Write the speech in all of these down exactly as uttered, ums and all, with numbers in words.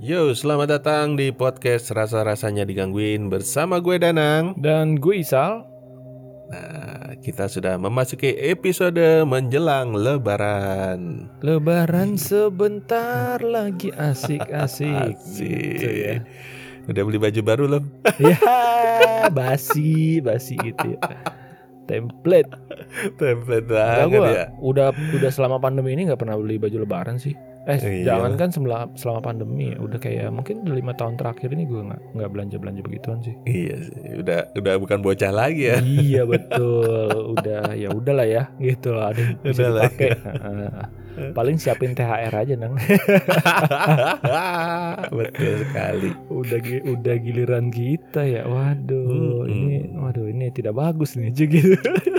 Yo, selamat datang di podcast Rasa-Rasanya Digangguin bersama gue Danang. Dan gue Isal. Nah, kita sudah memasuki episode menjelang Lebaran. Lebaran sebentar lagi, asik-asik Asik. gitu ya. Udah beli baju baru loh? Ya, basi, basi gitu ya. Template. Template Enggak, banget gua ya. udah udah selama pandemi ini nggak pernah beli baju Lebaran sih. Eh, Iya. jangan kan selama, selama pandemi ya. Udah kayak mungkin udah lima tahun terakhir ini gue nggak nggak belanja belanja begituan sih. Iya sih, udah udah bukan bocah lagi ya. Iya betul, udah ya udahlah ya, gitu lah, ada yang bisa Udahlah dipakai. ya. Nah, paling siapin T H R aja nang. Betul sekali. Udah gi- udah giliran kita ya, waduh, Hmm. ini, waduh ini tidak bagus nih aja gitu.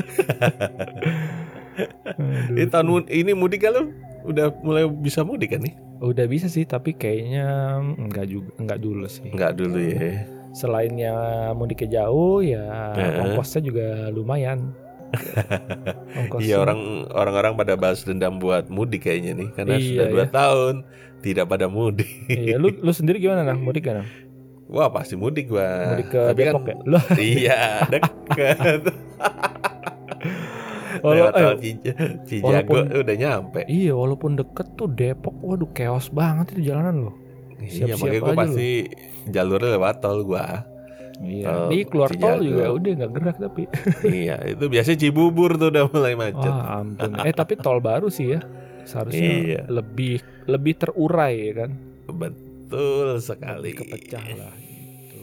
Aduh. Ini tahun mud- ini mudik kan lo? Udah mulai bisa mudik kan nih? Udah bisa sih, tapi kayaknya enggak juga, enggak dulu sih. Enggak dulu ya. Selainnya mudiknya jauh ya, Heeh. ongkosnya juga lumayan. Ongkosnya. Iya, orang orang-orang pada balas dendam buat mudik kayaknya nih, karena Iya, sudah dua ya. tahun tidak pada mudik. Iya, lu lu sendiri gimana nang? Mudik kan? Nang? Wah, pasti mudik gua. Mudik ke Tapi Depok kan, ya? Loh. iya, deket. Walau- Lewat tol eh, Cija- Cijago walaupun- udah nyampe. Iya, walaupun deket tuh Depok, waduh chaos banget itu jalanan loh. Iya, Siap-siap makanya gua aja pasti jalurnya lewat tol gua. Iya, Tol di keluar tol Cijago. juga udah nggak gerak tapi. Iya, itu biasanya Cibubur tuh udah mulai macet. Wah ampun. Eh tapi tol baru sih ya, seharusnya Iya. lebih lebih terurai ya kan, Betul sekali. lebih kepecah lah gitu.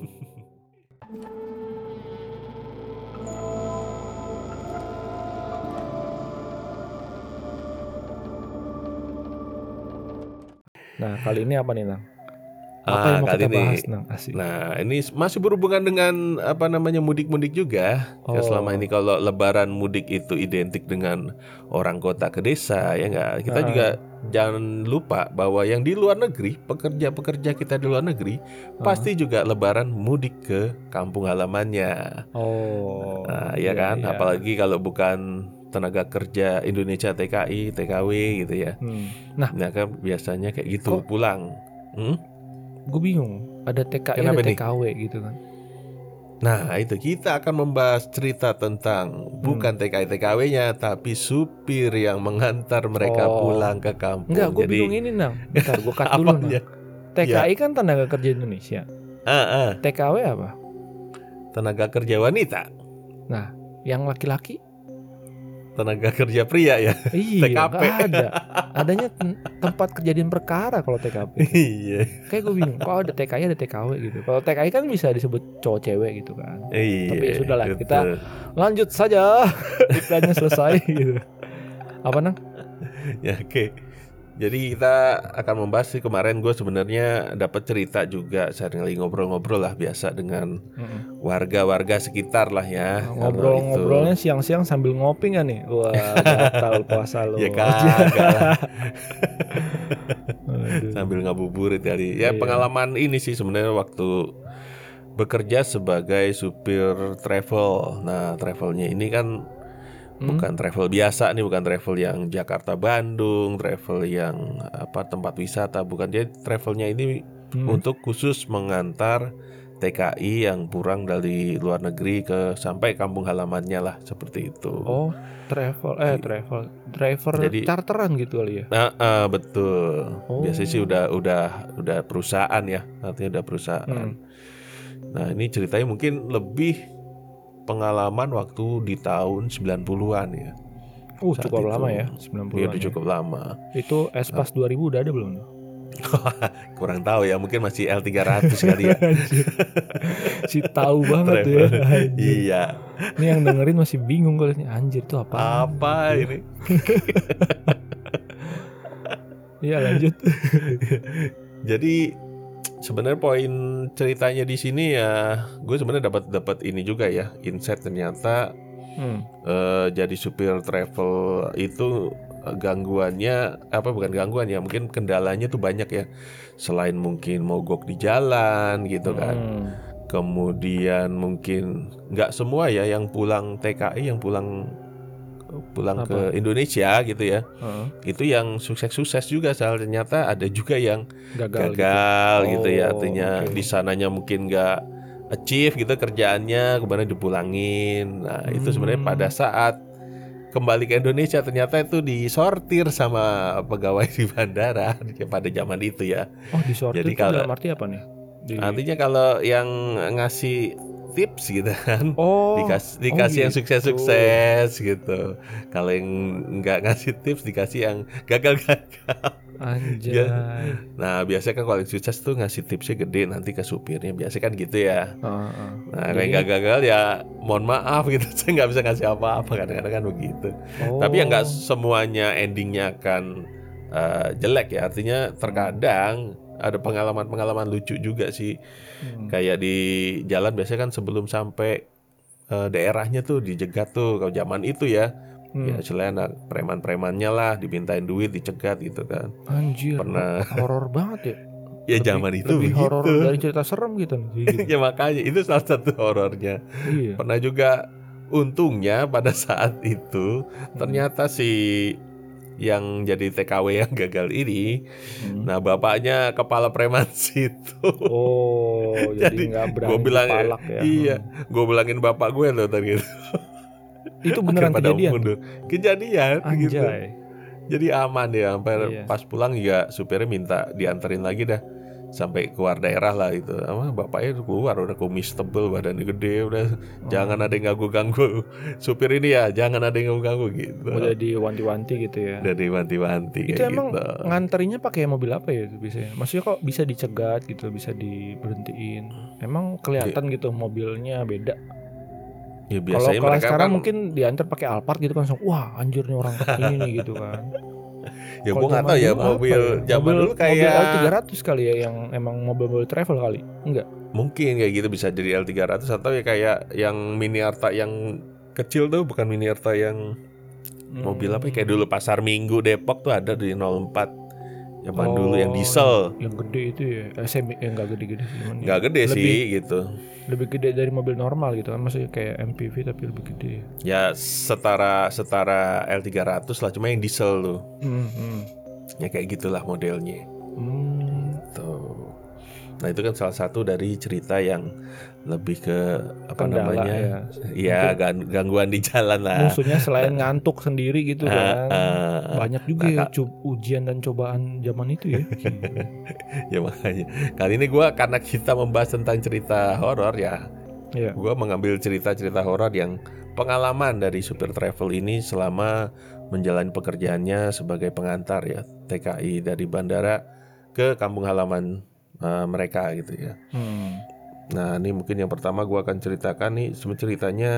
Nah kali ini apa nih Nang? Apa Ah, yang mau kali kita ini. bahas Nang? Asik. Nah, ini masih berhubungan dengan apa namanya mudik-mudik juga. Ya, Oh. selama ini kalau Lebaran mudik itu identik dengan orang kota ke desa, ya enggak. Kita Ah. juga jangan lupa bahwa yang di luar negeri, pekerja-pekerja kita di luar negeri, pasti juga Lebaran mudik ke kampung halamannya. Oh. Nah, ya iya, kan. iya. Apalagi kalau bukan tenaga kerja Indonesia T K I, T K W gitu ya. Hmm. Nah, Nah, kan biasanya kayak gitu Kok- pulang. Hmm? gue bingung. Ada T K I, Kenapa ada nih? T K W gitu kan? Nah, itu kita akan membahas cerita tentang bukan T K I T K W-nya, tapi supir yang mengantar mereka Oh. pulang ke kampung. Enggak, gue Jadi, bingung ini Nang. Bentar, gue cut dulu Nang. apanya? T K I kan tenaga kerja Indonesia. Ah, ah, T K W apa? tenaga kerja wanita, Nah, yang laki-laki? tenaga kerja pria ya. Iya, T K P. nggak ada. Adanya tem- tempat kejadian perkara kalau T K P. Iya, Kayak gue bingung, kok ada T K I ada T K W gitu. Kalau T K I kan bisa disebut cowok cewek gitu kan. iya. Tapi ya sudahlah, betul. kita lanjut saja. Iklannya selesai gitu. Apa Nang? Ya, oke. Jadi kita akan membahas sih, kemarin gue sebenarnya dapat cerita juga, sering lagi ngobrol-ngobrol lah biasa dengan warga-warga sekitar lah ya. Kalau itu- Ngobrol-ngobrolnya siang-siang sambil ngopi nggak nih? Wah, batal puasa lo. Ya kagak lah. Aduh. Sambil ngabuburit kali. Ya, Iya. pengalaman ini sih sebenarnya waktu bekerja sebagai supir travel. Nah, travelnya ini kan Hmm? bukan travel biasa nih, bukan travel yang Jakarta Bandung, travel yang apa tempat wisata, bukan. Jadi travelnya ini Hmm. untuk khusus mengantar T K I yang pulang dari luar negeri ke sampai kampung halamannya lah, seperti itu. Oh, travel eh travel driver Jadi- charteran gitu kali ya. Nah, ah, betul. Oh. Biasanya sih udah udah udah perusahaan ya, artinya udah perusahaan. Hmm. Nah, ini ceritanya mungkin lebih pengalaman waktu di tahun sembilan puluhan ya. Uh, Saat cukup itu. lama ya, sembilan Iya, puluhan. udah cukup lama. Itu Espas dua ribu udah ada belum? Kurang tahu ya, mungkin masih L tiga ratus kali ya. Anjir. Si tahu banget ya. Travel. Anjir. Iya. Ini yang dengerin masih bingung kalau ini anjir itu apa? Apa ini? Iya, lanjut. Jadi sebenarnya poin ceritanya di sini ya, gue sebenarnya dapat dapat ini juga ya, insight ternyata Hmm. eh, jadi supir travel itu eh, gangguannya apa, bukan gangguan ya, mungkin kendalanya tuh banyak ya. Selain mungkin mogok di jalan gitu kan. Hmm. Kemudian mungkin nggak semua ya yang pulang T K I, yang pulang pulang Apa? ke Indonesia gitu ya. Heeh. Itu yang sukses-sukses juga, Sal. Ternyata ada juga yang Gagal, gagal gitu. gitu ya. Oh, Artinya oke. di sananya mungkin nggak achieve gitu kerjaannya, kemudian dipulangin. Nah itu sebenarnya pada Hmm. saat kembali ke Indonesia ternyata itu disortir sama pegawai di bandara pada zaman itu ya. Oh, disortir Jadi tuh kalau dalam arti apa nih? Di artinya kalau yang ngasih tips gitu kan Oh, dikasih oh dikasih yang gitu. sukses-sukses gitu. Kalau yang nggak ngasih tips dikasih yang gagal-gagal. Dia- Anjay. Nah biasanya kan kalau yang sukses tuh ngasih tipsnya gede nanti ke supirnya, biasanya kan gitu ya. Heeh, heeh. Nah kalau Jadi yang gagal-gagal ya mohon maaf gitu, saya nggak bisa ngasih apa-apa, kadang-kadang kan begitu. Tapi ya nggak oh, semuanya endingnya akan eh, jelek ya, artinya terkadang ada pengalaman-pengalaman lucu juga sih. hmm. Kayak di jalan biasanya kan sebelum sampai eh, daerahnya tuh dijegat tuh kalau zaman itu ya. Hmm. Ya selain preman-premannya lah dimintain duit, dicegat gitu kan. Anjir, Pernah. horor banget ya. Ya Lebih- zaman itu lebih begitu. horor dari cerita serem gitu nih. Gitu. Ya makanya itu salah satu horornya. Iya. Pernah juga, untungnya pada saat itu ternyata si yang jadi T K W yang gagal ini, Hmm. nah bapaknya kepala preman situ. Oh, jadi Jadi nggak berani gue bilang dipalak ya. iya, Hmm. gue bilangin bapak gue loh tadi gitu. Itu beneran Pada kejadian. mundur. Kejadian gitu. Anjay. Jadi aman ya, sampai Iya. pas pulang juga supirnya minta dianterin lagi dah sampai keluar daerah lah itu. Ama bapaknya keluar udah kumis tebel, badannya gede, udah jangan ada yang ganggu-ganggu supir ini ya, jangan ada yang ganggu-ganggu gitu. Udah diwanti-wanti gitu ya. Udah diwanti-wanti Itu kayak emang gitu. nganterinnya pakai mobil apa ya itu biasanya? Maksudnya kok bisa dicegat gitu, bisa diberhentiin? Emang kelihatan gitu mobilnya beda. Ya Kalau biasanya kalau mereka sekarang kan, mungkin diantar pakai Alphard gitu kan langsung wah anjir nih orang ini nih gitu kan. ya Kalau gue nggak zaman tahu ya dulu apa mobil ya? zaman mobil, dulu kayak mobil L tiga ratus kali ya yang emang mobil-mobil travel kali. Enggak. mungkin kayak gitu bisa jadi L tiga ratus atau ya kayak yang Mini Arta yang kecil tuh, bukan Mini Arta yang mobil apa ya, kayak dulu Pasar Minggu Depok tuh ada di nol empat zaman dulu yang diesel. Yang gede itu ya. Eh, semi yang enggak gede-gede sih. cuman Nggak ya gede lebih, sih gitu. Lebih gede dari mobil normal gitu kan. Maksudnya kayak M P V tapi lebih gede. Ya setara setara L tiga ratus lah, cuma yang diesel tuh. Hmm, hmm. Ya kayak gitulah modelnya. Hmm. Tuh. Nah itu kan salah satu dari cerita yang lebih ke apa Kendala namanya? ya. Ya gan- gangguan di jalan lah. Musuhnya selain ngantuk sendiri gitu kan. Ah, ah. Banyak juga Nah, ya Kak. cu- ujian dan cobaan zaman itu ya. Ya makanya kali ini gue, karena kita membahas tentang cerita horor ya, Iya. gue mengambil cerita-cerita horor yang pengalaman dari supir travel ini selama menjalani pekerjaannya sebagai pengantar ya T K I dari bandara ke kampung halaman uh, mereka gitu ya. Hmm. Nah ini mungkin yang pertama gue akan ceritakan nih, sebenarnya ceritanya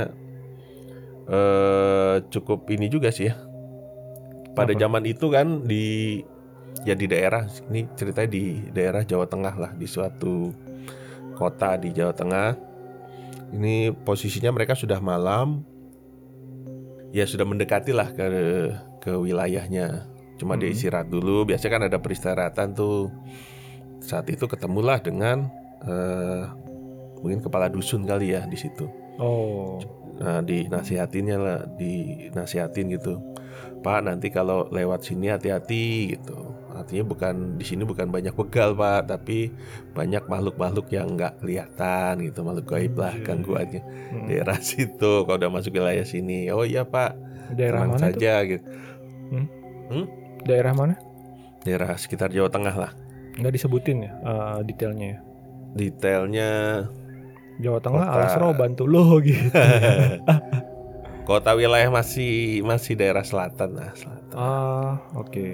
uh, cukup ini juga sih ya. Pada Apa? zaman itu kan di ya di daerah, ini ceritanya di daerah Jawa Tengah lah, di suatu kota di Jawa Tengah. Ini posisinya mereka sudah malam, ya sudah mendekati lah ke ke wilayahnya. Cuma dia Hmm. istirahat dulu. Biasanya kan ada peristirahatan tuh. Saat itu ketemulah dengan eh, mungkin kepala dusun kali ya di situ. Oh. Nah, dinasihatinnya lah, dinasihatin gitu. Pak, nanti kalau lewat sini hati-hati gitu. Artinya bukan di sini bukan banyak begal Pak, tapi banyak makhluk-makhluk yang nggak kelihatan gitu, makhluk gaib lah Anjir. gangguannya. Hmm. Daerah situ kalau udah masuk wilayah sini. Oh iya Pak, Daerah tenang mana tuh? saja gitu. Daerah mana? Daerah sekitar Jawa Tengah lah. Nggak disebutin ya eh, detailnya ya. Detailnya Jawa Tengah, Kota- Alas Rawa, Bantul loh gitu. kota wilayah masih masih daerah selatan lah, selatan. Ah, oke.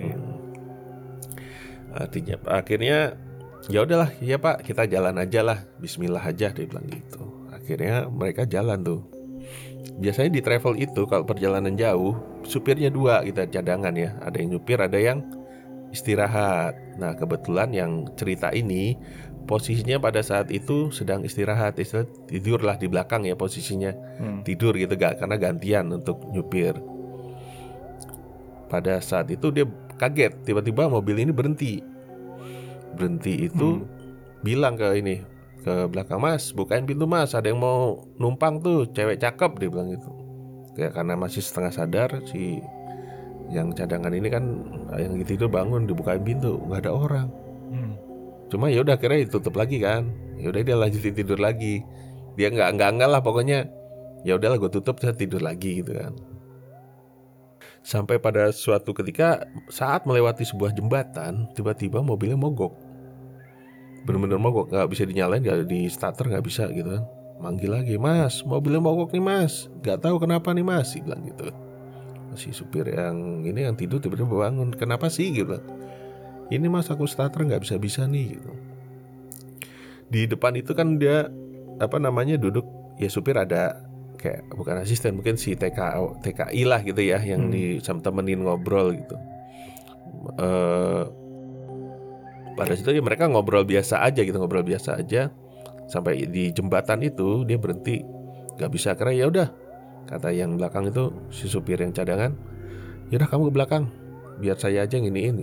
Artinya akhirnya ya udahlah, ya Pak, kita jalan aja lah, Bismillah aja dia bilang gitu. Akhirnya mereka jalan tuh. Biasanya di travel itu kalau perjalanan jauh, supirnya dua kita cadangan ya. Ada yang nyupir, ada yang istirahat. Nah kebetulan yang cerita ini posisinya pada saat itu sedang istirahat, istilah tidurlah di belakang ya posisinya, Hmm. tidur gitu gak, karena gantian untuk nyupir. Pada saat itu dia kaget, tiba-tiba mobil ini berhenti. Berhenti itu Hmm. bilang ke ini, ke belakang, Mas bukain pintu Mas, ada yang mau numpang tuh, cewek cakep, dia bilang gitu. ya karena masih setengah sadar, si yang cadangan ini kan yang gitu itu bangun, dibukain pintu, nggak ada orang. Hmm. Cuma ya udah akhirnya ditutup lagi kan. Ya udah dia lanjutin tidur lagi. Dia nggak nggak nggak lah pokoknya. Ya udahlah gue tutup, saya tidur lagi gitu kan. Sampai pada suatu ketika saat melewati sebuah jembatan, tiba-tiba mobilnya mogok. Bener-bener mogok, nggak bisa dinyalain, nggak di starter, nggak bisa gitu kan. Manggil lagi, mas, mobilnya mogok nih mas, nggak tahu kenapa nih mas, dia bilang gitu. Si supir yang ini yang tidur tiba-tiba bangun, kenapa sih gitu. Ini mas aku starter nggak bisa-bisa nih gitu. Di depan itu kan dia apa namanya duduk, ya supir ada kayak bukan asisten, mungkin si T K O, T K I lah gitu ya, yang Hmm. di temenin ngobrol gitu. Eh pada situ ya mereka ngobrol biasa aja gitu, ngobrol biasa aja sampai di jembatan itu dia berhenti, nggak bisa, karena ya udah kata yang belakang itu si supir yang cadangan, yaudah kamu ke belakang, biar saya aja yang ini.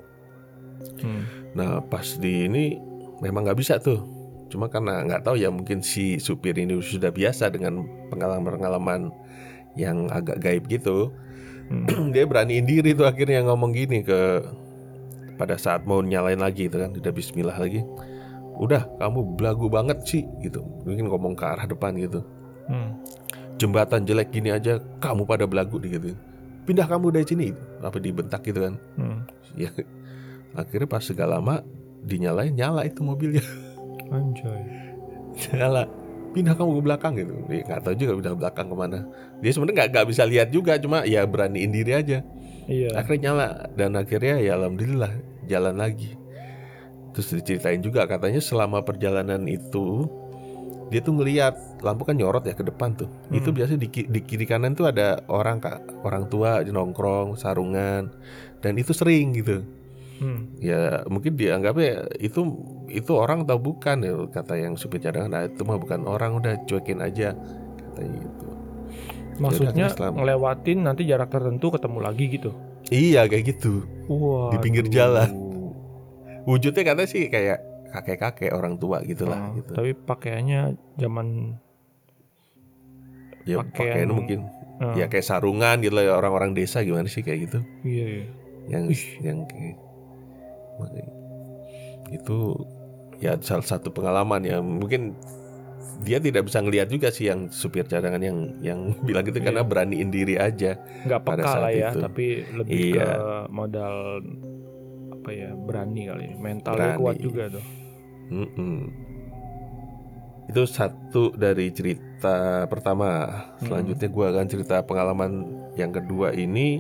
Hmm. Nah pas di ini memang nggak bisa tuh, cuma karena nggak tahu ya, mungkin si supir ini sudah biasa dengan pengalaman-pengalaman yang agak gaib gitu. Hmm. Dia beraniin diri tuh akhirnya ngomong gini ke pada saat mau nyalain lagi itu kan, udah bismillah lagi, udah kamu belagu banget sih gitu, mungkin ngomong ke arah depan gitu. Hmm. Jembatan jelek gini aja kamu pada belagu gitu, pindah kamu dari sini, apa dibentak gitu kan. Hmm. Ya akhirnya pas segala lama dinyalain, nyala itu mobilnya. Anjay. Nyala, pindah kamu ke belakang gitu. Dia nggak tahu juga pindah ke belakang kemana. Dia sebenarnya nggak nggak bisa lihat juga, cuma ya beraniin diri aja. Iya. Akhirnya nyala dan akhirnya ya alhamdulillah jalan lagi. Terus diceritain juga katanya selama perjalanan itu dia tuh ngelihat lampu kan nyorot ya ke depan tuh. Hmm. Itu biasa di, ki- di kiri kanan tuh ada orang kak, orang tua nongkrong sarungan, dan itu sering gitu. Hmm. Ya mungkin dianggapnya itu itu orang atau bukan ya, kata yang supir cadangan, nah itu mah bukan orang, udah cuekin aja katanya gitu. Maksudnya akhirnya selam- ngelewatin nanti jarak tertentu ketemu lagi gitu. Iya kayak gitu. Wah. Di pinggir jalan. Wujudnya katanya sih kayak kakek-kakek orang tua gitulah gitu. Tapi pakaiannya zaman Ya pakaian- pakaian mungkin ah, ya kayak sarungan gitu lah ya, orang-orang desa gimana sih kayak gitu. Iya, iya. Yang Ih. yang kayak itu ya salah satu pengalaman ya, mungkin dia tidak bisa ngelihat juga sih yang supir cadangan yang yang bilang gitu, karena Iya. beraniin diri aja. Nggak pada peka saat lah ya, itu. tapi lebih Iya. ke modal apa ya, berani kali ya. Mentalnya Berani. kuat juga tuh. Mm-mm. Itu satu dari cerita pertama. Selanjutnya gue akan cerita pengalaman yang kedua ini.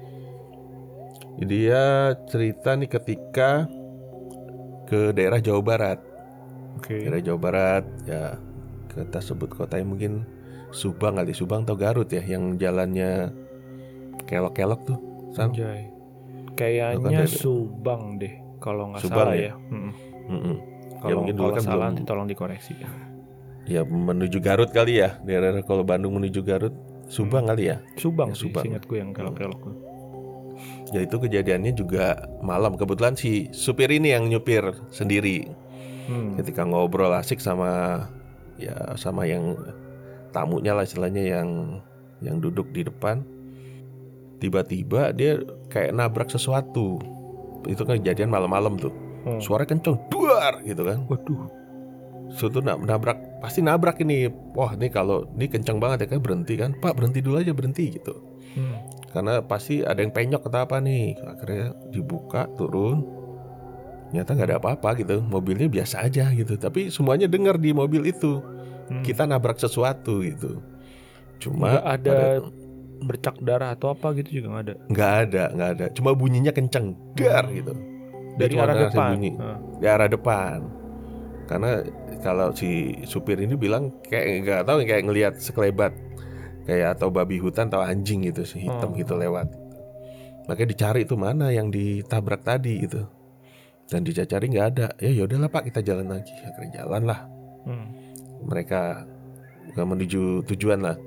Dia cerita nih ketika ke daerah Jawa Barat. Oke. Daerah Jawa Barat ya, kita sebut kotanya mungkin Subang kali, Subang atau Garut ya, yang jalannya kelok-kelok tuh. Sam. Anjay. Bukan Kayaknya dari- Subang deh kalau nggak Subang salah ya? ya. Mm-mm. Mm-mm. Ya Kalau mungkin dulu kalau kan salah belum, nanti tolong dikoreksi. ya menuju Garut kali ya, daerah kalau Bandung menuju Garut, Subang kali ya. Subang Ya, sih, Subang. seingat gue yang kelok-kelok tuh. Ya itu kejadiannya juga malam. Kebetulan si supir ini yang nyupir sendiri. Hmm. Ketika ngobrol asik sama ya sama yang tamunya lah istilahnya, yang yang duduk di depan, tiba-tiba dia kayak nabrak sesuatu. Itu kan kejadian malam-malam tuh. Hmm. Suara kenceng, duar gitu kan. Waduh. Suatu nabrak, pasti nabrak ini. Wah ini kalau ini kenceng banget ya, kayak berhenti kan. Pak berhenti dulu aja, berhenti gitu. Hmm. Karena pasti ada yang penyok atau apa nih. Akhirnya dibuka, turun, ternyata nggak ada apa-apa gitu. Mobilnya biasa aja gitu. Tapi semuanya dengar di mobil itu Hmm. kita nabrak sesuatu gitu. Cuma Nggak ada bercak darah atau apa gitu juga nggak ada. nggak ada, nggak ada. Cuma bunyinya kenceng, dar gitu. Dia Dari cuma arah ngasih depan. bunyi Ah. di arah depan. Karena kalau si supir ini bilang kayak nggak tahu, kayak ngelihat sekelebat kayak atau babi hutan atau anjing gitu sih, hitam Oh. gitu lewat. Makanya dicari itu mana yang ditabrak tadi gitu. Dan dicari nggak ada. Ya yaudahlah Pak, kita jalan lagi. Akhirnya jalan lah. Hmm. Mereka bukan menuju tujuan lah.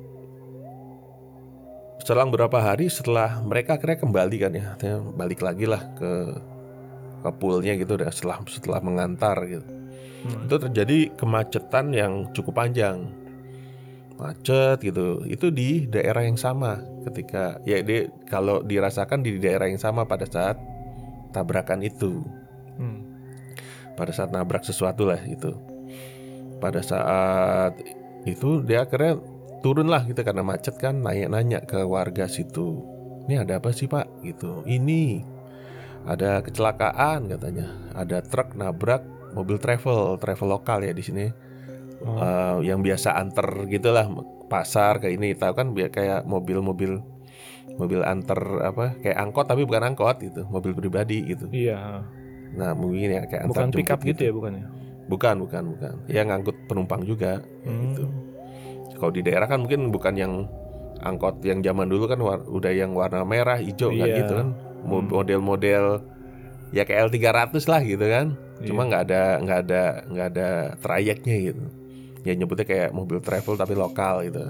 Selang beberapa hari setelah mereka akhirnya kembali kan ya, artinya balik lagi lah ke ke poolnya gitu, udah setelah setelah mengantar gitu. Hmm. Itu terjadi kemacetan yang cukup panjang. macet gitu. Itu di daerah yang sama ketika ya dia kalau dirasakan di daerah yang sama pada saat tabrakan itu. Hmm. Pada saat nabrak sesuatu lah itu. Pada saat itu dia akhirnya turun lah gitu karena macet kan, nanya-nanya ke warga situ. Ini ada apa sih Pak? Gitu. Ini ada kecelakaan katanya. Ada truk nabrak mobil travel, travel lokal ya di sini. Oh. Uh, yang biasa anter gitulah pasar kayak ini, tahu kan biar kayak mobil-mobil mobil anter apa kayak angkot tapi bukan angkot gitu, mobil pribadi gitu. Iya. Nah mungkin ya kayak Bukan antar pick up jemput gitu ya bukannya? Bukan, bukan, bukan. Ya ngangkut penumpang juga kayak Hmm. gitu. Kalau di daerah kan mungkin bukan yang angkot yang zaman dulu kan war- udah yang warna merah, hijau nggak Iya. gitu kan. Mo- Hmm. Model-model ya kayak L tiga ratus lah gitu kan. Cuma Iya. nggak ada nggak ada nggak ada trayeknya gitu. Ya nyebutnya kayak mobil travel tapi lokal gitu.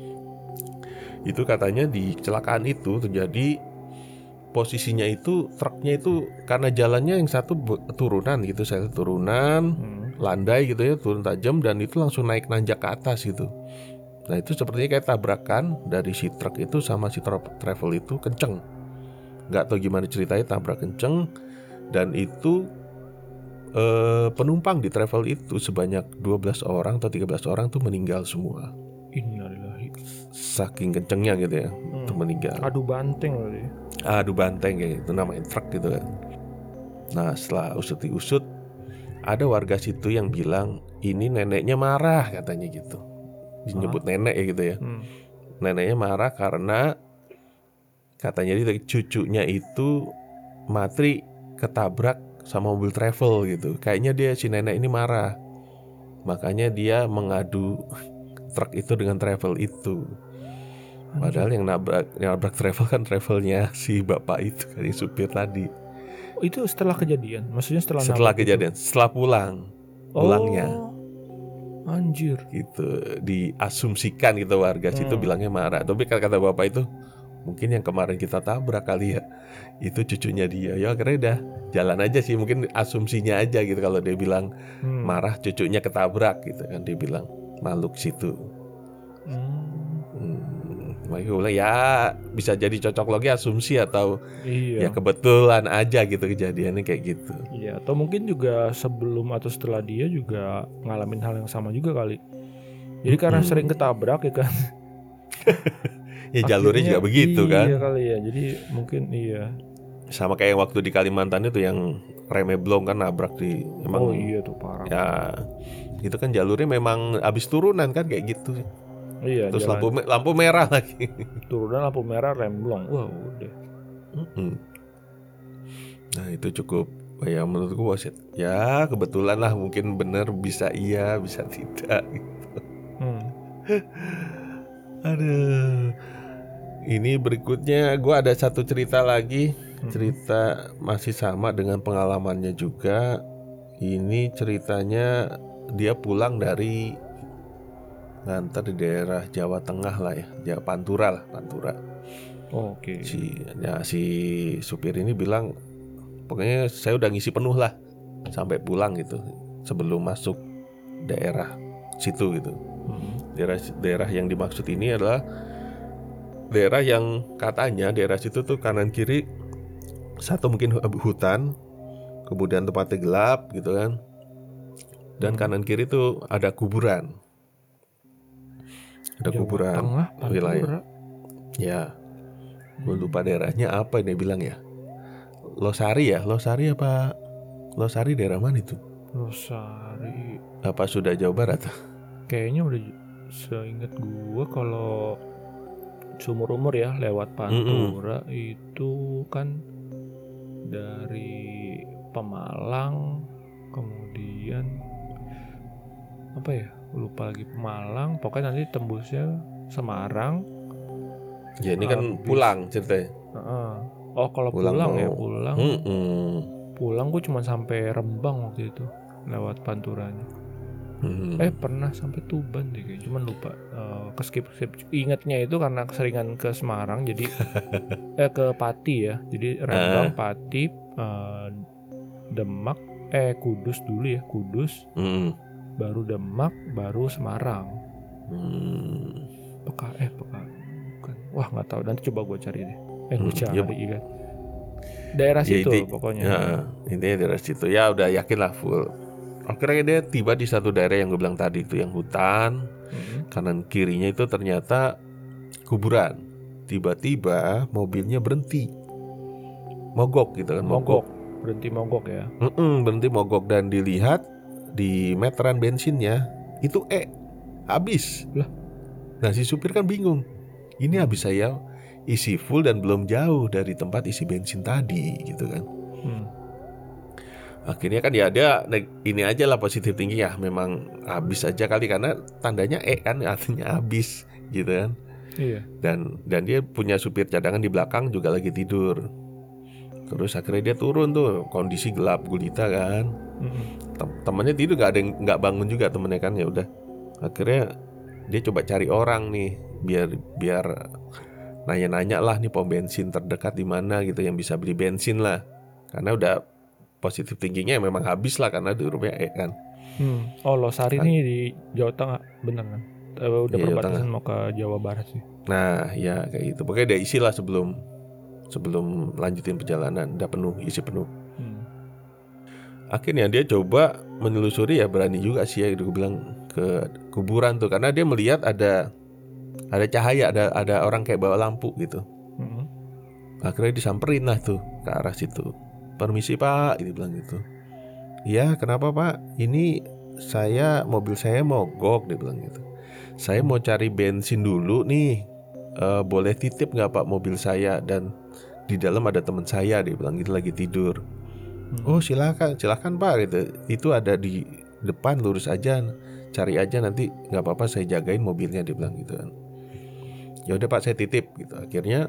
Itu katanya di kecelakaan itu terjadi posisinya itu truknya itu karena jalannya yang satu be- turunan gitu, saya turunan Hmm. landai gitu ya, turun tajam dan itu langsung naik nanjak ke atas gitu. Nah itu sepertinya kayak tabrakan dari si truk itu sama si tra- travel itu kenceng. Nggak tahu gimana ceritanya tabrak kenceng dan itu eh, penumpang di travel itu sebanyak dua belas orang atau tiga belas orang tuh meninggal semua. Innalillahi. Saking kencengnya gitu ya, Hmm. tuh meninggal. Adu banteng kali. Adu banteng kayak gitu namanya truk gitu kan. Nah setelah usut diusut ada warga situ yang bilang ini neneknya marah katanya gitu. Disebut nenek ya gitu ya. Hmm. Neneknya marah karena katanya dia cucunya itu mati ketabrak sama mobil travel gitu. Kayaknya dia si nenek ini marah. Makanya dia mengadu truk itu dengan travel itu. Padahal yang nabrak yang nabrak travel kan travelnya si bapak itu kan, si supir tadi. Oh, itu setelah kejadian, maksudnya setelah Setelah nabrak kejadian, itu? setelah pulang, pulangnya Oh, anjir. gitu diasumsikan gitu warga situ Hmm. bilangnya marah. Tapi kata bapak itu mungkin yang kemarin kita tabrak kali ya itu cucunya dia. Ya akhirnya udah jalan aja sih, mungkin asumsinya aja gitu kalau dia bilang Hmm. marah cucunya ketabrak gitu kan, dia bilang makhluk situ. Hmm. Hmm, makanya gue bilang ya bisa jadi cocok logi asumsi atau Iya. ya kebetulan aja gitu kejadiannya kayak gitu. Iya, atau mungkin juga sebelum atau setelah dia juga ngalamin hal yang sama juga kali. Jadi karena Hmm. sering ketabrak ya kan. Ya jalurnya Akhirnya juga begitu iya kan. kali ya. Jadi mungkin iya. Sama kayak waktu di Kalimantan itu yang remnya belum kan nabrak di emang Oh iya tuh parah. ya itu kan jalurnya memang abis turunan kan kayak gitu. Iya, Terus jalan lampu me- lampu merah lagi. turunan lampu merah remblong. Wah, udah. Mm-mm. Nah itu cukup ya menurut gue wasit. Ya kebetulan lah, mungkin bener bisa iya bisa tidak gitu. Hmm. Aduh. Ini berikutnya gue ada satu cerita lagi. Cerita masih sama dengan pengalamannya juga. Ini ceritanya dia pulang dari nganter di daerah Jawa Tengah lah ya, Jawa Pantura lah, Pantura. Oh, oke. Si ya, si supir ini bilang pokoknya saya udah ngisi penuh lah sampai pulang gitu sebelum masuk daerah situ gitu. Hmm. Daerah daerah yang dimaksud ini adalah daerah yang katanya daerah situ tuh kanan kiri satu mungkin hutan, kemudian tempatnya gelap gitu kan, dan Hmm. kanan kiri tuh ada kuburan. Ada Jawa kuburan Tengah, wilayah. Pantura. Ya, gue lupa daerahnya apa ini bilang ya. Losari ya, Losari apa? Losari daerah mana itu? Losari. Apa sudah Jawa Barat? Kayaknya udah seingat gua kalau seumur umur ya lewat Pantura itu kan dari Pemalang, kemudian apa ya, lupa lagi Pemalang, pokoknya nanti tembusnya Semarang. Ya ini kan Habis. pulang ceritanya. Heeh. Oh kalau Pulang pulang, mau- ya pulang Mm-mm. pulang gue cuma sampai Rembang waktu itu lewat Panturanya. Hmm. Eh pernah sampai Tuban deh kayaknya, cuman lupa. Eh, ke skip skip. Ingatnya itu karena keseringan ke Semarang jadi eh ke Pati ya. Jadi Rembang, Pati, eh, Demak, eh Kudus dulu ya, Kudus, Mm-mm. baru Demak, baru Semarang. Hmm. Peka eh peka bukan. Wah nggak tahu. Nanti coba gue cari deh. Eh gue Hmm, cari ya, kan. Daerah ya situ inti, pokoknya. ya, intinya dari situ ya udah yakin lah full. Akhirnya dia tiba di satu daerah yang gue bilang tadi itu yang hutan, Mm-mm. kanan kirinya itu ternyata kuburan. Tiba-tiba mobilnya berhenti, mogok gitu kan, Mogok. mogok. Berhenti mogok ya. Mm-mm, berhenti mogok dan dilihat di meteran bensinnya itu E habis. Lah. Nah si supir kan bingung, ini habis saya isi full dan belum jauh dari tempat isi bensin tadi gitu kan. Hmm. Akhirnya kan ya dia ini aja lah positif tinggi ya, memang habis aja kali karena tandanya E kan artinya habis gitu kan. Iya. Dan dan dia punya supir cadangan di belakang juga lagi tidur. Terus akhirnya dia turun tuh, kondisi gelap gulita kan. Mm-mm. Tem- temannya tidur nggak ada yang nggak bangun juga temennya kan, ya udah. Akhirnya dia coba cari orang nih biar biar nanya-nanya lah nih pom bensin terdekat di mana gitu yang bisa beli bensin lah. Karena udah positif tingginya memang habis lah karena di rumahnya E kan. Hmm. Oh Losari Kan ini di Jawa Tengah bener kan? Eh, udah iya, Jawa Tengah. perbatasan mau ke Jawa Barat sih. Nah ya kayak gitu. Pokoknya dia isi lah sebelum sebelum lanjutin perjalanan, udah penuh, isi penuh. Hmm. Akhirnya dia coba menelusuri, ya berani juga sih ya, gue bilang ke kuburan tuh karena dia melihat ada ada cahaya, ada ada orang kayak bawa lampu gitu. Mm-mm. Akhirnya disamperin lah tuh ke arah situ. Permisi Pak, ini bilang gitu. Iya kenapa Pak? Ini saya mobil saya mogok, dia bilang gitu. Saya mau cari bensin dulu nih. Eh, boleh titip nggak Pak mobil saya, dan di dalam ada teman saya, dia bilang gitu lagi tidur. Hmm. Oh silakan, silakan Pak gitu. Itu ada di depan, lurus aja, cari aja nanti nggak apa-apa saya jagain mobilnya, dia bilang gitu kan. Ya udah Pak saya titip gitu. Akhirnya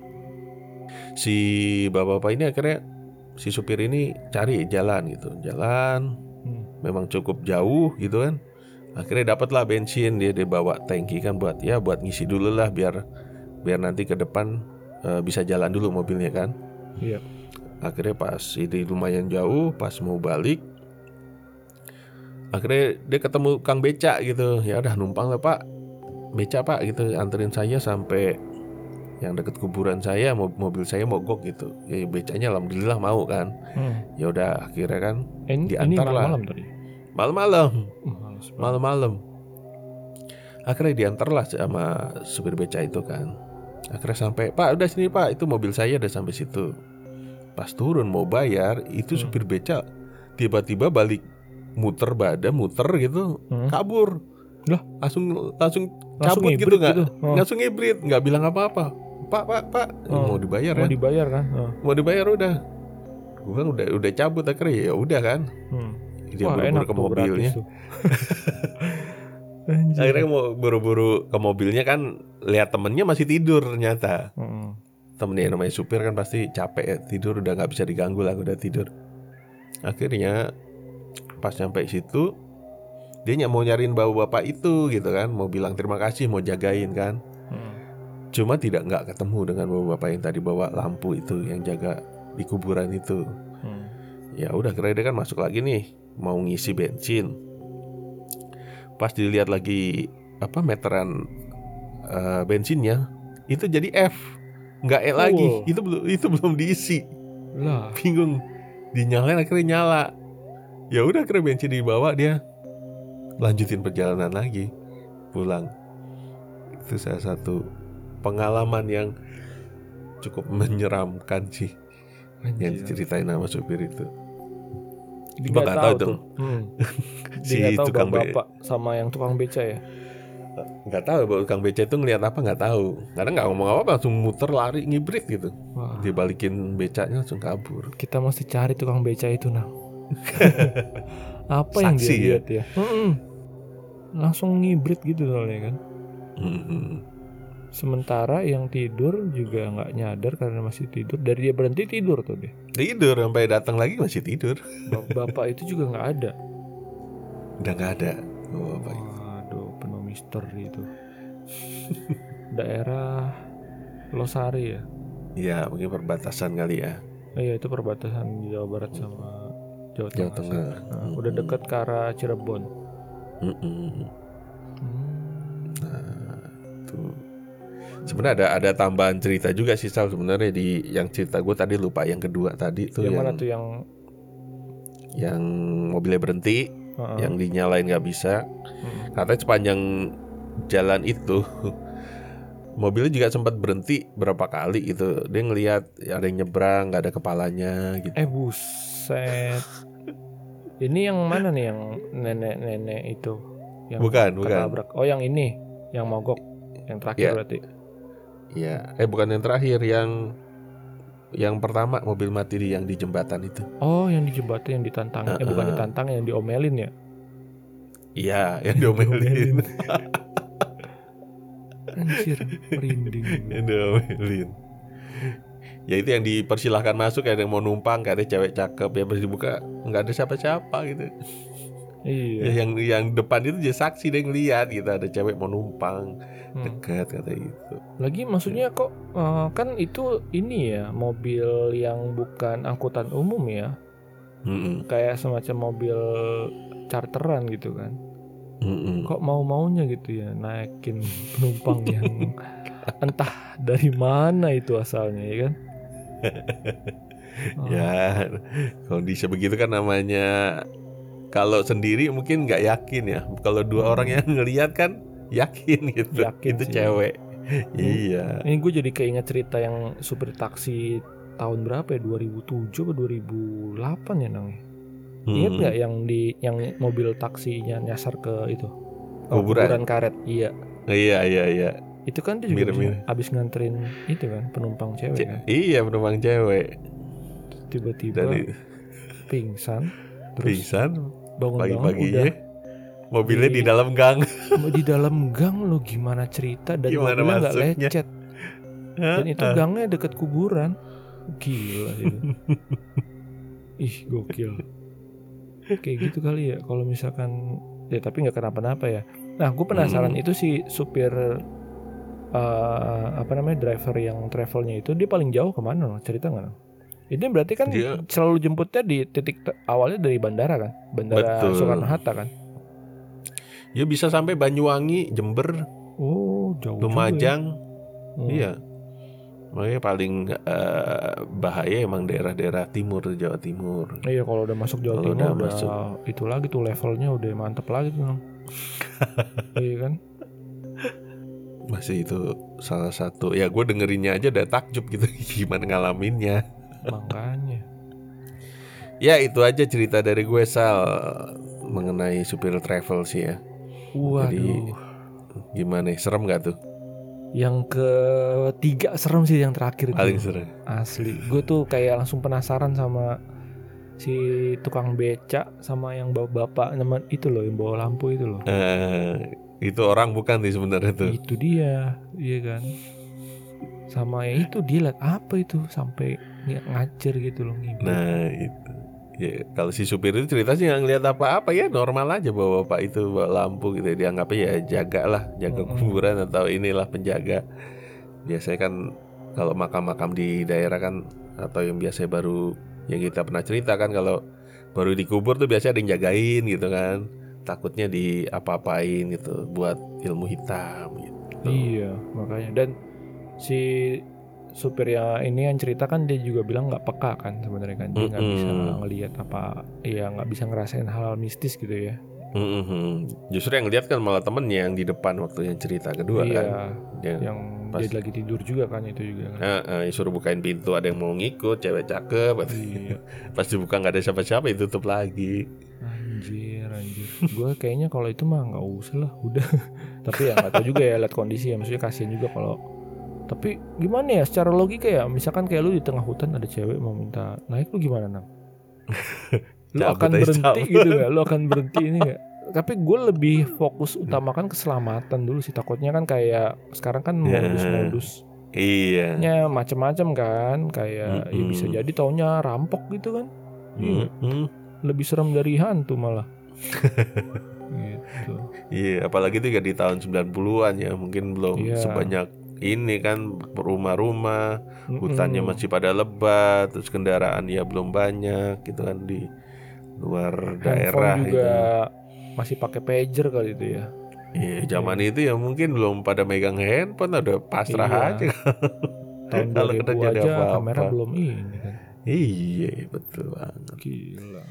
si bapak-bapak ini akhirnya si supir ini cari jalan gitu, jalan Hmm. memang cukup jauh gitu kan. Akhirnya dapatlah bensin, dia dia bawa tangki kan buat ya buat ngisi dulu lah biar biar nanti ke depan eh, bisa jalan dulu mobilnya kan. Iya. Akhirnya pas ini lumayan jauh, pas mau balik, akhirnya dia ketemu Kang Beca gitu. Ya udah numpang lah Pak, Beca Pak gitu, anterin saya sampai yang deket kuburan saya, mobil saya mogok gitu. Ya becanya alhamdulillah mau kan. Hmm. Ya udah akhirnya kan Eh, ini, ini diantar lah. malam-malam tadi. Malam-malam, Uh, males banget. malam-malam. Akhirnya diantar lah sama supir beca itu kan. Akhirnya sampai, Pak udah sini Pak, itu mobil saya udah sampai situ. Pas turun mau bayar, itu Hmm. supir beca tiba-tiba balik, muter badan, muter gitu, Hmm. kabur. Lah? Langsung langsung Langsung cabut gitu, ngibrit nggak gitu. Oh. langsung ngibrit, nggak bilang apa-apa. Pak, Pak, Pak, Oh. mau dibayar Mau kan? dibayar kan? Oh. Mau dibayar udah. Gue kan udah udah cabut akhirnya, ya udah kan. Hmm. Dia Wah, buru-buru enak ke tuh, mobilnya. gratis tuh. Anjir. Akhirnya mau buru-buru ke mobilnya kan, lihat temennya masih tidur ternyata. Hmm. Temennya yang namanya supir kan pasti capek ya, tidur udah nggak bisa diganggu lah, udah tidur. Akhirnya pas sampai situ, dia ny- mau nyariin bapak-bapak itu gitu kan, mau bilang terima kasih, mau jagain kan. Hmm. Cuma tidak nggak ketemu dengan bapak-bapak yang tadi bawa lampu itu, yang jaga di kuburan itu. Hmm. Ya udah, kira dia kan masuk lagi nih, mau ngisi bensin. Pas dilihat lagi apa meteran eh, bensinnya, itu jadi F, nggak E lagi. Oh. Itu belum itu belum diisi. Lah. Bingung, dinyalain akhirnya nyala. Ya udah, akhirnya bensin dibawa, dia lanjutin perjalanan lagi pulang. Itu salah satu pengalaman yang cukup menyeramkan sih yang Anjir. diceritain sama supir itu. Dia Gua nggak nggak tahu tahu tuh. dong. Hmm. Si Dia nggak tahu tukang be- bapak sama yang tukang beca ya. Nggak tahu bahwa tukang beca itu ngeliat apa, nggak tahu. Karena nggak ngomong apa-apa, langsung muter lari ngibrit gitu. Wah. Dia balikin becanya langsung kabur. Kita mesti cari tukang beca itu nah. Apa yang dia Saksi ya? lihat ya? Mm-mm. Langsung ngibrit gitu soalnya kan. Mhm. Sementara yang tidur juga nggak nyadar karena masih tidur. Dari dia berhenti tidur tuh dia. Tidur sampai datang lagi masih tidur. Bap- Bapak itu juga nggak ada. Udah nggak ada. Oh, apa itu? Waduh, penuh misteri itu. Daerah Losari ya. Ya mungkin perbatasan kali ya. Oh, iya itu perbatasan Jawa Barat sama Jawa Jawa Tengah. Tengah. Nah, udah dekat ke arah Cirebon. Mm-mm. Hmm. gitu. Sebenarnya ada ada tambahan cerita juga sih Sal sebenarnya di yang cerita gue tadi lupa yang kedua tadi tuh Yang yang mana tuh yang yang mobilnya berhenti, uh-uh. yang dinyalain nggak bisa. Hmm. Katanya sepanjang jalan itu mobilnya juga sempat berhenti berapa kali gitu. Dia ngelihat ada yang nyebrang nggak ada kepalanya gitu. Eh buset. Ini yang mana nih yang nenek-nenek itu? Yang Bukan, bukan. ketabrak. Oh yang ini, yang mogok, yang terakhir Ya. berarti. Iya, eh bukan yang terakhir, yang yang pertama mobil mati di yang di jembatan itu. Oh yang di jembatan yang ditantang, Uh-uh. eh bukan ditantang yang diomelin ya? Iya, yang diomelin. Anjir, merinding. Yang diomelin. Ya itu yang dipersilahkan masuk, kayak ada yang mau numpang, kayak ada cewek cakep ya, pas dibuka nggak ada siapa-siapa gitu. Iya. Ya, yang yang depan itu dia saksi, dia ngeliat gitu ada cewek mau numpang Hmm. dekat kata gitu. Lagi maksudnya kok uh, kan itu ini ya mobil yang bukan angkutan umum ya, Mm-mm. kayak semacam mobil charteran gitu kan. Mm-mm. Kok mau-maunya gitu ya naikin penumpang yang entah dari mana itu asalnya ya kan? Oh. Ya kondisi begitu kan namanya, kalau sendiri mungkin nggak yakin ya, kalau dua Hmm. orang yang ngelihat kan yakin gitu. Yakin itu sih. cewek. Hmm. Iya. Ini gue jadi keinget cerita yang supir taksi tahun berapa ya, dua ribu tujuh atau dua ribu delapan ya Nang? Ingat nggak yang di yang mobil taksinya nyasar ke itu oh, Kuburan. kuburan karet? Iya. Iya iya iya. Itu kan dia juga Mirip-mirip. abis nganterin itu kan penumpang cewek Ce- kan. Iya penumpang cewek. Tiba-tiba Dari pingsan. Terus pingsan bangun-bangun pagi-paginya udah mobilnya di- di dalam gang. di dalam gang. Lo gimana cerita, dan Gimana mobilnya nggak masuknya? lecet. Dan itu Ah. gangnya deket kuburan. Gila itu. Ih gokil. Kayak gitu kali ya kalau misalkan ya, tapi nggak kenapa-napa ya. Nah gue penasaran Hmm. itu si supir uh, apa namanya driver yang travelnya itu dia paling jauh kemana? Cerita nggak? Ini berarti kan Dia- selalu jemputnya di titik te- awalnya dari bandara kan, bandara Betul. Soekarno Hatta kan. Ya bisa sampai Banyuwangi, Jember, Oh jauh juga ya. Lumajang. Hmm. Iya. Makanya paling eh, bahaya emang daerah-daerah timur, Jawa Timur. Iya kalau udah masuk Jawa Kalau Timur udah udah masuk. itu lagi tuh levelnya udah mantep lagi tuh. Iya kan. Masih itu salah satu. Ya gue dengerinnya aja udah takjub gitu gimana ngalaminnya. Makanya. Ya itu aja cerita dari gue Sal mengenai supir travel sih ya. Waduh. Jadi gimana? Serem gak tuh? Yang ketiga serem sih, yang terakhir Paling itu. serem. Asli. Gue tuh kayak langsung penasaran sama si tukang beca sama yang bapak-bapak nama itu loh yang bawa lampu itu loh. Eh, itu orang bukan sih sebenarnya tuh. Itu dia, iya kan. Sama yang itu dia liat apa itu sampai ng- ngacer gitu loh ngibet. Nah itu. Ya, kalau si supir itu cerita sih nggak ngeliat apa-apa ya, normal aja bawa bapak itu bawa lampu gitu, dianggapnya ya jaga lah, jaga Mm-mm. kuburan atau inilah penjaga. Biasanya kan kalau makam-makam di daerah kan, atau yang biasanya baru yang kita pernah cerita kan, kalau baru dikubur tuh biasanya ada yang jagain gitu kan, takutnya di apa-apain gitu buat ilmu hitam gitu. Iya makanya. Dan si supir yang ini yang cerita kan dia juga bilang nggak peka kan sebenarnya kan, dia nggak Mm-mm. bisa ngelihat apa, ya nggak bisa ngerasain hal-hal mistis gitu ya. Mm-mm. Justru yang lihat kan malah temennya yang di depan waktu yang cerita kedua Iya, kan. Dia, yang pas- dia lagi tidur juga kan itu juga kan. eh, eh, suruh bukain pintu, ada yang mau ngikut, cewek cakep. Iya. Pas dibuka nggak ada siapa-siapa, ditutup lagi. Anjir, anjir. Gue kayaknya kalau itu mah nggak usah lah, udah. Tapi ya nggak tahu juga ya, lihat kondisi ya. Maksudnya kasihan juga kalau. Tapi gimana ya, secara logika ya, misalkan kayak lu di tengah hutan ada cewek mau minta naik, lu gimana Nang? Lu Cabut akan aja, berhenti cabut. gitu nggak? Lu akan berhenti ini nggak? Tapi gue lebih fokus utamakan keselamatan dulu sih. Takutnya kan kayak sekarang kan Ya. modus-modus Iya. nya macam-macam kan, kayak ya Mm-mm. bisa jadi taunya rampok gitu kan. Iya. Mm-mm. Lebih serem dari hantu malah. Gitu. Iya, apalagi itu ya di tahun sembilan puluhan ya, mungkin belum Iya. sebanyak ini kan, rumah-rumah, hutannya Mm-mm. masih pada lebat, terus kendaraan ya belum banyak gitu kan di luar daerah Handphone juga gitu. masih pakai pager kali itu ya. Iya, zaman itu ya mungkin belum pada megang handphone, udah pasrah Iya. aja. Tahun Kalau dua ribu terjadi aja apa-apa. kamera belum ini kan. Iya, betul banget. Gila.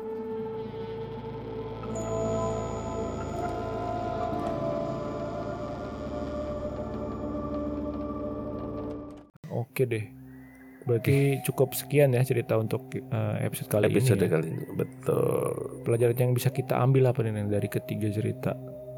Oke deh. Berarti cukup sekian ya cerita untuk uh, episode kali Episode ini ya. kali ini, betul. Pelajaran yang bisa kita ambil apa nih dari ketiga cerita?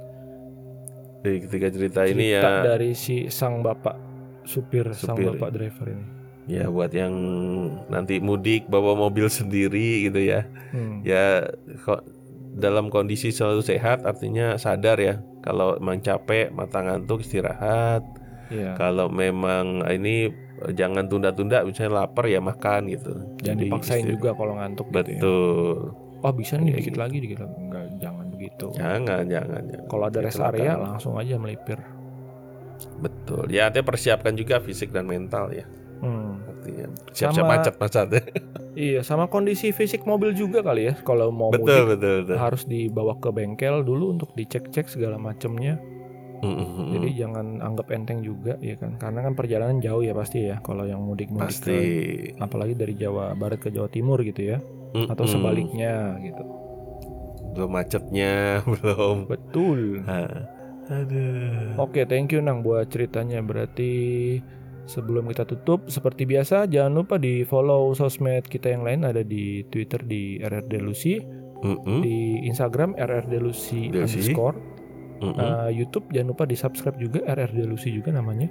Dari ketiga cerita, Cerita ini ya dari si sang bapak supir, sang Supir. bapak driver ini. ya buat yang nanti mudik bawa mobil sendiri gitu ya. Hmm. Ya kok dalam kondisi selalu sehat, artinya sadar ya kalau emang capek, mata ngantuk, istirahat. Iya. Kalau memang ini jangan tunda-tunda, misalnya lapar ya makan gitu. Jangan Jadi dipaksain istir- juga kalau ngantuk gitu ya. Betul. Oh bisa nih Iya, dikit gitu. lagi dikit lagi. Enggak, jangan begitu. Jangan, jangan, jangan. Kalau ada rest Kecelakaan. area langsung aja melipir. Betul. Ya, artinya persiapkan juga fisik dan mental ya. Hmm. Artinya siap-siap Sama- macet-macet. Iya, sama kondisi fisik mobil juga kali ya. Kalau mau Betul, mudik betul, betul. harus dibawa ke bengkel dulu untuk dicek-cek segala macamnya. Mm-mm. Jadi jangan anggap enteng juga ya kan. Karena kan perjalanan jauh ya pasti ya kalau yang mudik-mudik Pasti. ke, apalagi dari Jawa Barat ke Jawa Timur gitu ya. Atau Mm-mm. sebaliknya gitu. Belum macetnya, belum. Betul. Ah, aduh. Oke, thank you Nang buat ceritanya. Berarti sebelum kita tutup, seperti biasa jangan lupa di follow sosmed kita yang lain. Ada di Twitter di R R D Lucy, Mm-mm. di Instagram R R D Lucy Lucy. underscore. Mm-mm. Uh, YouTube jangan lupa di subscribe juga, R R D Lucy juga namanya.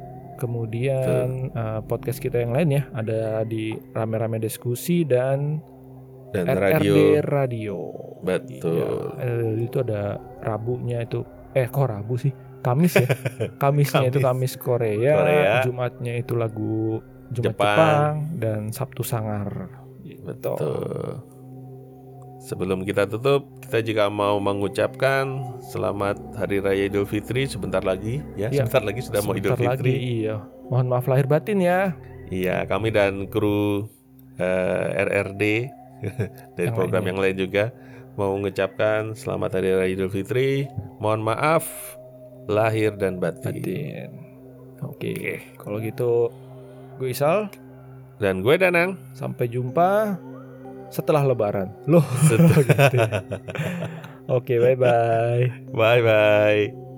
Kemudian uh, podcast kita yang lain ya, ada di Rame-Rame Diskusi dan Dan R R D radio. Radio. Betul. Iya, eh, itu ada Rabunya itu, eh kok Rabu sih? Kamis ya. Kamisnya itu Kamis. Kamis Korea, Korea. Jumatnya itu lagu Jumat Jepang. Jepang, dan Sabtu Sangar. Gitu. Betul. Sebelum kita tutup, kita juga mau mengucapkan selamat Hari Raya Idul Fitri sebentar lagi ya. Ya, Sebentar lagi sudah mau Idul Sebentar Fitri. lagi, iya. Mohon maaf lahir batin ya. Iya, kami dan kru eh, R R D dari Yang program lainnya. yang lain juga mau mengucapkan selamat Hari Raya Idul Fitri. Mohon maaf lahir dan batin. Batin. Oke, kalau gitu gue Isal, Dan gue Danang. sampai jumpa setelah Lebaran. Loh, Set- gitu ya. Oke, bye bye. Bye bye.